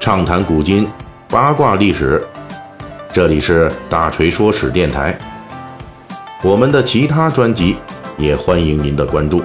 畅谈古今，八卦历史。这里是大锤说史电台。我们的其他专辑也欢迎您的关注。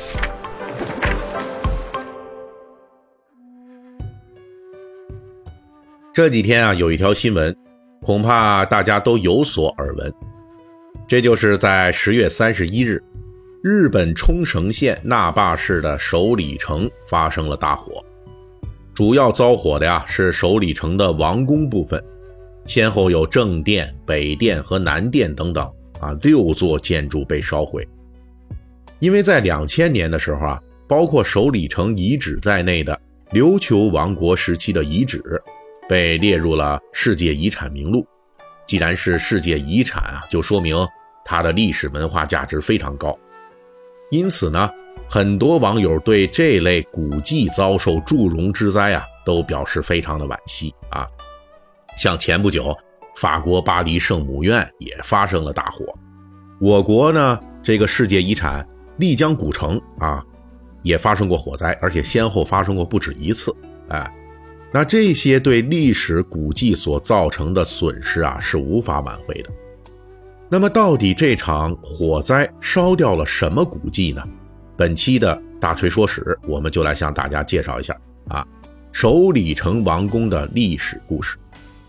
这几天啊，有一条新闻，恐怕大家都有所耳闻。这就是在10月31日，日本冲绳县那霸市的首里城发生了大火。主要遭火的呀是首里城的王宫部分，先后有正殿、北殿和南殿等等6座建筑被烧毁。因为在2000年的时候啊，包括首里城遗址在内的琉球王国时期的遗址被列入了世界遗产名录。既然是世界遗产啊，就说明它的历史文化价值非常高。因此呢，很多网友对这类古迹遭受祝融之灾啊，都表示非常的惋惜啊。像前不久，法国巴黎圣母院也发生了大火。我国呢，这个世界遗产丽江古城啊，也发生过火灾，而且先后发生过不止一次。那这些对历史古迹所造成的损失啊，是无法挽回的。那么到底这场火灾烧掉了什么古迹呢？本期的大锤说史，我们就来向大家介绍一下首里城王宫的历史故事。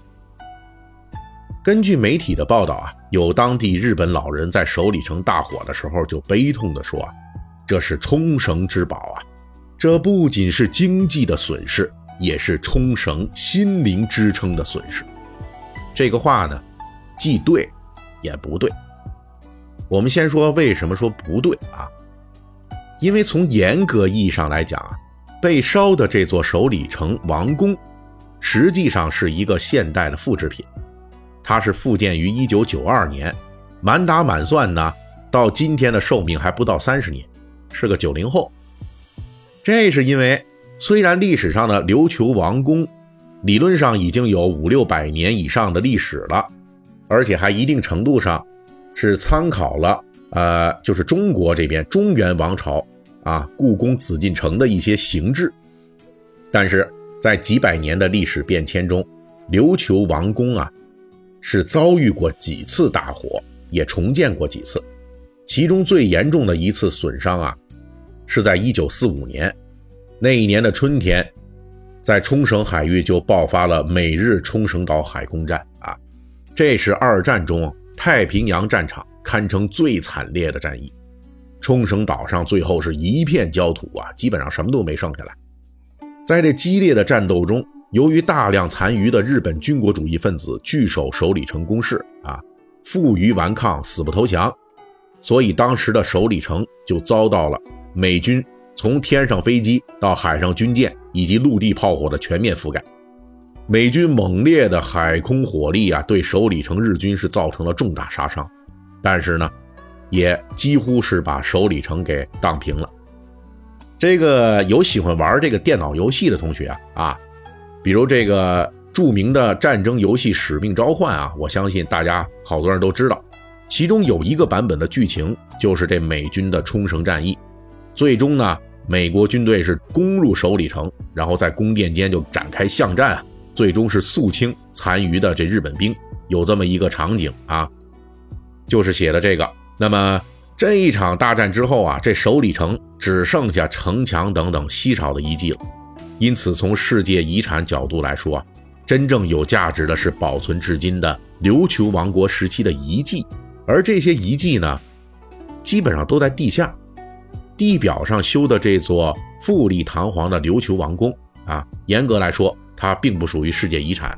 根据媒体的报道啊，有当地日本老人在首里城大火的时候就悲痛地说这是冲绳之宝啊，这不仅是经济的损失，也是冲绳心灵支撑的损失。这个话呢，既对也不对。我们先说为什么说不对啊？因为从严格意义上来讲被烧的这座首里城王宫实际上是一个现代的复制品。它是复建于1992年，满打满算呢，到今天的寿命还不到30年，是个90后。这是因为虽然历史上的琉球王宫理论上已经有500-600年以上的历史了，而且还一定程度上是参考了就是中国这边中原王朝故宫紫禁城的一些形制，但是在几百年的历史变迁中，琉球王宫是遭遇过几次大火，也重建过几次。其中最严重的一次损伤是在1945年，那一年的春天，在冲绳海域就爆发了美日冲绳岛海空战这是二战中太平洋战场堪称最惨烈的战役。冲绳岛上最后是一片焦土基本上什么都没剩下来。在这激烈的战斗中，由于大量残余的日本军国主义分子据守首里城工事负隅顽抗，死不投降，所以当时的首里城就遭到了美军从天上飞机到海上军舰以及陆地炮火的全面覆盖。美军猛烈的海空火力对首里城日军是造成了重大杀伤，但是呢，也几乎是把首里城给荡平了。这个有喜欢玩这个电脑游戏的同学比如这个著名的战争游戏《使命召唤》我相信大家好多人都知道，其中有一个版本的剧情就是这美军的冲绳战役。最终呢，美国军队是攻入首里城，然后在宫殿间就展开巷战最终是肃清残余的这日本兵，有这么一个场景就是写的这个。那么这一场大战之后这首里城只剩下城墙等等稀少的遗迹了。因此从世界遗产角度来说真正有价值的是保存至今的琉球王国时期的遗迹，而这些遗迹呢，基本上都在地下。地表上修的这座富丽堂皇的琉球王宫严格来说它并不属于世界遗产，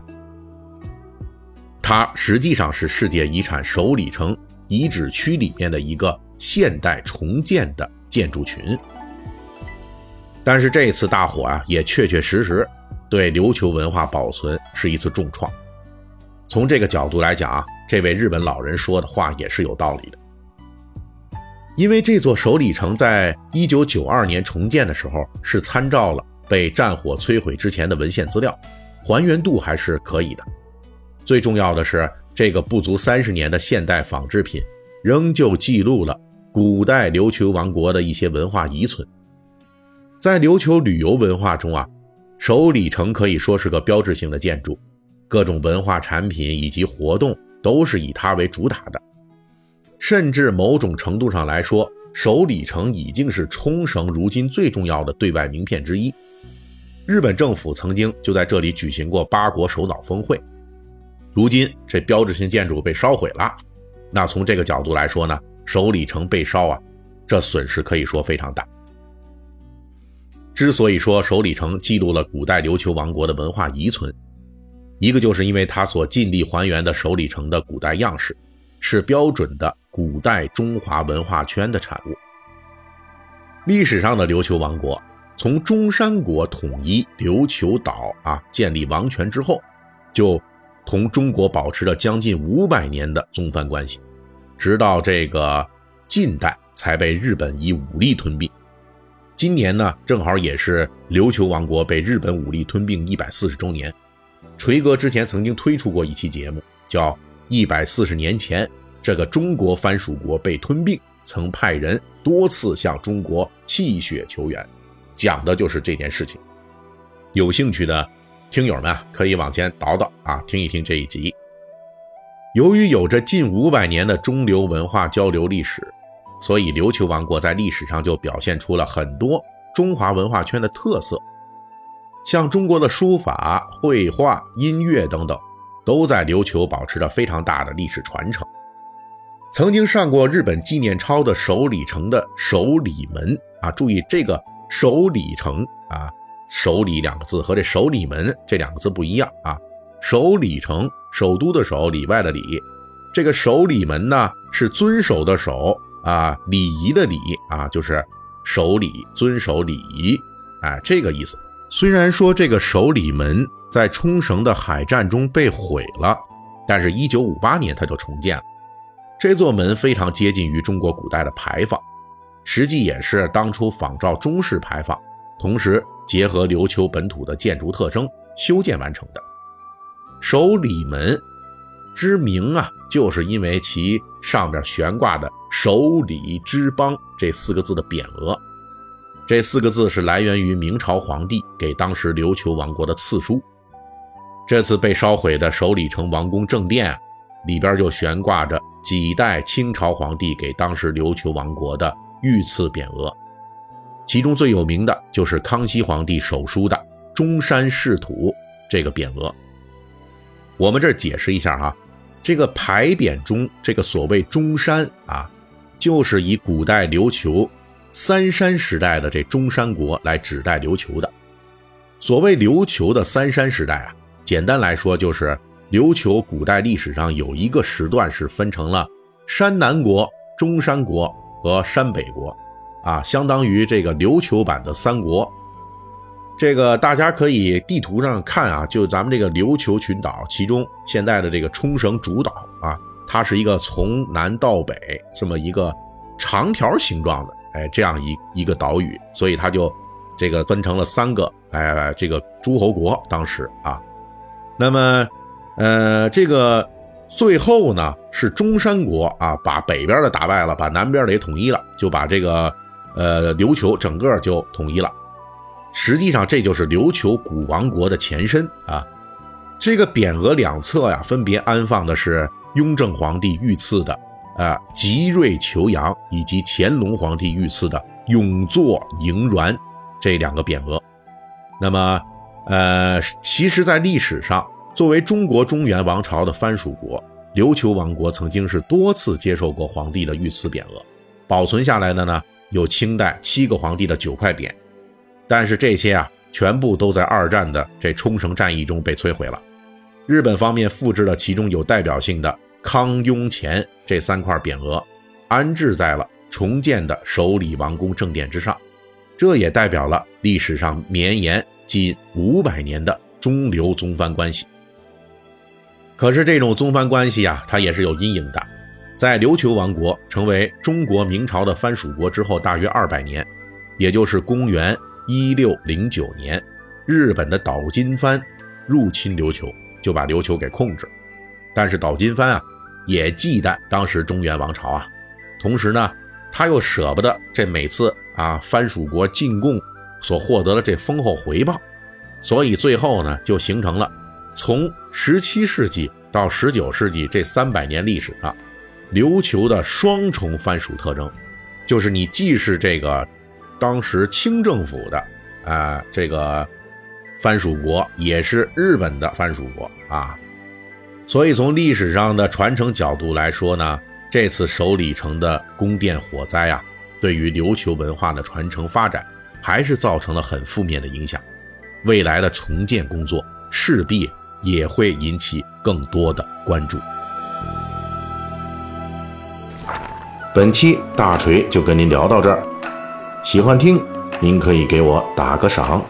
它实际上是世界遗产首里城遗址区里面的一个现代重建的建筑群。但是这次大火也确确实实对琉球文化保存是一次重创。从这个角度来讲这位日本老人说的话也是有道理的。因为这座首里城在1992年重建的时候是参照了被战火摧毁之前的文献资料，还原度还是可以的。最重要的是，这个不足30年的现代仿制品仍旧记录了古代琉球王国的一些文化遗存。在琉球旅游文化中首里城可以说是个标志性的建筑，各种文化产品以及活动都是以它为主打的。甚至某种程度上来说，首里城已经是冲绳如今最重要的对外名片之一。日本政府曾经就在这里举行过8国首脑峰会。如今这标志性建筑被烧毁了，那从这个角度来说呢，首里城被烧啊，这损失可以说非常大。之所以说首里城记录了古代琉球王国的文化遗存，一个就是因为它所尽力还原的首里城的古代样式，是标准的古代中华文化圈的产物。历史上的琉球王国从中山国统一琉球岛建立王权之后，就同中国保持了将近500年的宗藩关系，直到这个近代才被日本以武力吞并。今年呢，正好也是琉球王国被日本武力吞并140周年。锤哥之前曾经推出过一期节目，叫140年前这个中国藩属国被吞并，曾派人多次向中国泣血求援，讲的就是这件事情。有兴趣的听友们可以往前倒倒听一听这一集。由于有着近500年的中琉文化交流历史，所以琉球王国在历史上就表现出了很多中华文化圈的特色，像中国的书法、绘画、音乐等等，都在琉球保持着非常大的历史传承。曾经上过日本纪念抄的首里城的首里门注意这个首里城首里2个字和这首里门这2个字不一样首里城，首都的首，里外的里，这个首里门呢是遵守的守礼仪的礼就是守礼，遵守礼仪这个意思。虽然说这个首里门在冲绳的海战中被毁了，但是1958年它就重建了。这座门非常接近于中国古代的牌坊，实际也是当初仿照中式牌坊，同时结合琉球本土的建筑特征修建完成的。首里门之名就是因为其上边悬挂的首里之邦这4个字的匾额。这4个字是来源于明朝皇帝给当时琉球王国的赐书。这次被烧毁的首里城王宫正殿里边就悬挂着几代清朝皇帝给当时琉球王国的御赐匾额，其中最有名的就是康熙皇帝手书的中山仕土这个匾额。我们这儿解释一下这个牌匾中这个所谓中山就是以古代琉球三山时代的这中山国来指代琉球的。所谓琉球的三山时代简单来说就是琉球古代历史上有一个时段是分成了山南国、中山国和山北国相当于这个琉球版的3国。这个大家可以地图上看就咱们这个琉球群岛，其中现在的这个冲绳主岛它是一个从南到北这么一个长条形状的这样一个岛屿，所以它就这个分成了3个这个诸侯国当时那么这个最后呢是中山国把北边的打败了，把南边的也统一了，就把这个琉球整个就统一了。实际上这就是琉球古王国的前身这个匾额2侧分别安放的是雍正皇帝御赐的吉瑞求阳，以及乾隆皇帝御赐的永作迎鸾这2个匾额。那么其实在历史上，作为中国中原王朝的藩属国，琉球王国曾经是多次接受过皇帝的御赐匾额，保存下来的呢有清代7个皇帝的9块匾，但是这些全部都在2战的这冲绳战役中被摧毁了。日本方面复制了其中有代表性的康雍乾这3块匾额，安置在了重建的首里王宫正殿之上，这也代表了历史上绵延近500年的中琉宗藩关系。可是这种宗藩关系它也是有阴影的。在琉球王国成为中国明朝的藩属国之后大约200年，也就是公元1609年，日本的岛津藩入侵琉球，就把琉球给控制。但是岛津藩也忌惮当时中原王朝同时呢他又舍不得这每次藩属国进贡所获得的这丰厚回报， 所以最后呢，就形成了从17世纪到19世纪这300年历史上，琉球的双重藩属特征，就是你既是这个当时清政府的这个藩属国，也是日本的藩属国啊。所以从历史上的传承角度来说呢，这次首里城的宫殿火灾啊，对于琉球文化的传承发展还是造成了很负面的影响。未来的重建工作势必也会引起更多的关注。本期大锤就跟您聊到这儿，喜欢听您可以给我打个赏。